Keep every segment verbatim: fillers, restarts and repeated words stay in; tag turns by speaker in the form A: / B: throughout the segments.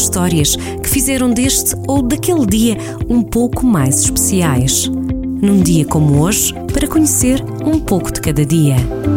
A: histórias que fizeram deste ou daquele dia um pouco mais especiais. Num dia como hoje, para conhecer um pouco de cada dia.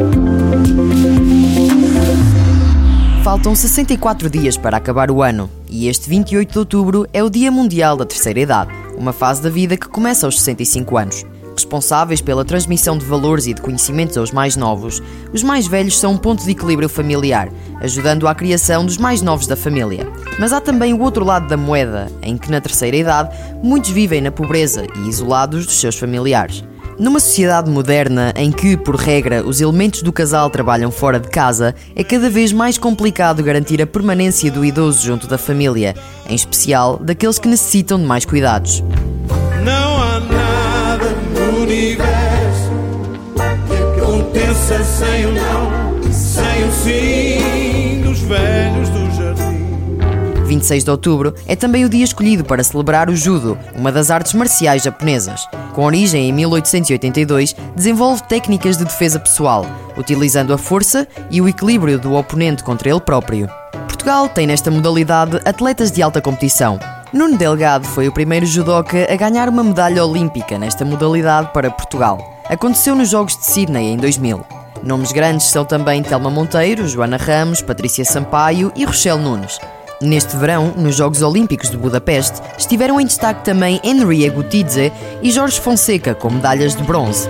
B: Faltam sessenta e quatro dias para acabar o ano e este vinte e oito de outubro é o Dia Mundial da Terceira Idade, uma fase da vida que começa aos sessenta e cinco anos. Responsáveis pela transmissão de valores e de conhecimentos aos mais novos, os mais velhos são um ponto de equilíbrio familiar, ajudando à criação dos mais novos da família. Mas há também o outro lado da moeda, em que na terceira idade muitos vivem na pobreza e isolados dos seus familiares. Numa sociedade moderna em que, por regra, os elementos do casal trabalham fora de casa, é cada vez mais complicado garantir a permanência do idoso junto da família, em especial daqueles que necessitam de mais cuidados.
C: Não há nada no universo que aconteça sem o não, sem o sim dos velhos do jardim.
B: vinte e seis de outubro é também o dia escolhido para celebrar o judo, uma das artes marciais japonesas. Com origem em mil oitocentos e oitenta e dois, desenvolve técnicas de defesa pessoal, utilizando a força e o equilíbrio do oponente contra ele próprio. Portugal tem nesta modalidade atletas de alta competição. Nuno Delgado foi o primeiro judoca a ganhar uma medalha olímpica nesta modalidade para Portugal. Aconteceu nos Jogos de Sydney em dois mil. Nomes grandes são também Telma Monteiro, Joana Ramos, Patrícia Sampaio e Rochelle Nunes. Neste verão, nos Jogos Olímpicos de Budapeste, estiveram em destaque também Henry Egutidze e Jorge Fonseca com medalhas de bronze.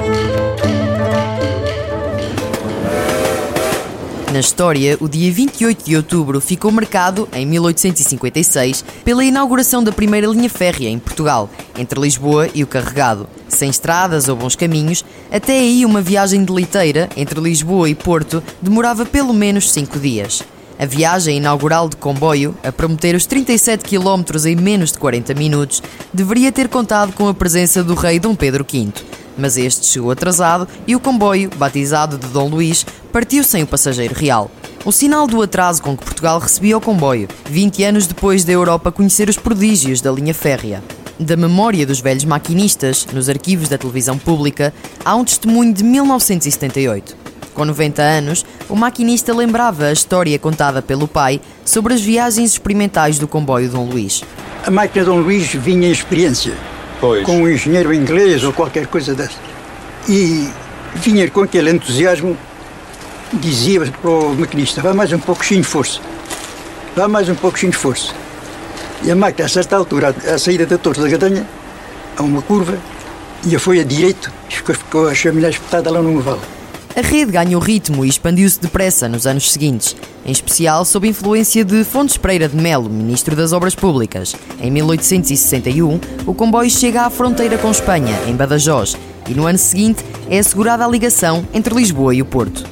B: Na história, o dia vinte e oito de outubro ficou marcado, em mil oitocentos e cinquenta e seis, pela inauguração da primeira linha férrea em Portugal, entre Lisboa e o Carregado. Sem estradas ou bons caminhos, até aí uma viagem de liteira, entre Lisboa e Porto, demorava pelo menos cinco dias. A viagem inaugural de comboio, a prometer os trinta e sete quilómetros em menos de quarenta minutos, deveria ter contado com a presença do rei Dom Pedro quinto. Mas este chegou atrasado e o comboio, batizado de Dom Luís, partiu sem o passageiro real. Um sinal do atraso com que Portugal recebia o comboio, vinte anos depois da Europa conhecer os prodígios da linha férrea. Da memória dos velhos maquinistas, nos arquivos da televisão pública, há um testemunho de mil novecentos e setenta e oito. Com noventa anos, o maquinista lembrava a história contada pelo pai sobre as viagens experimentais do comboio Dom Luís.
D: A máquina Dom Luís vinha em experiência, pois, com um engenheiro inglês ou qualquer coisa dessa. E vinha com aquele entusiasmo, dizia para o maquinista: vá mais um pouquinho de força, vá mais um pouquinho de força. E a máquina, a certa altura, à saída da Torre da Gadanha, a uma curva, e foi a direito, ficou, ficou a chaminé espetada lá no vale.
B: A rede ganhou ritmo e expandiu-se depressa nos anos seguintes, em especial sob influência de Fontes Pereira de Melo, ministro das Obras Públicas. Em mil oitocentos e sessenta e um, o comboio chega à fronteira com Espanha, em Badajoz, e no ano seguinte é assegurada a ligação entre Lisboa e o Porto.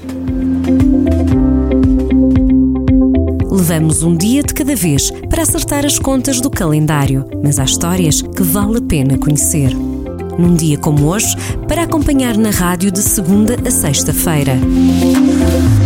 A: Levamos um dia de cada vez para acertar as contas do calendário, mas há histórias que vale a pena conhecer. Num dia como hoje, para acompanhar na rádio de segunda a sexta-feira.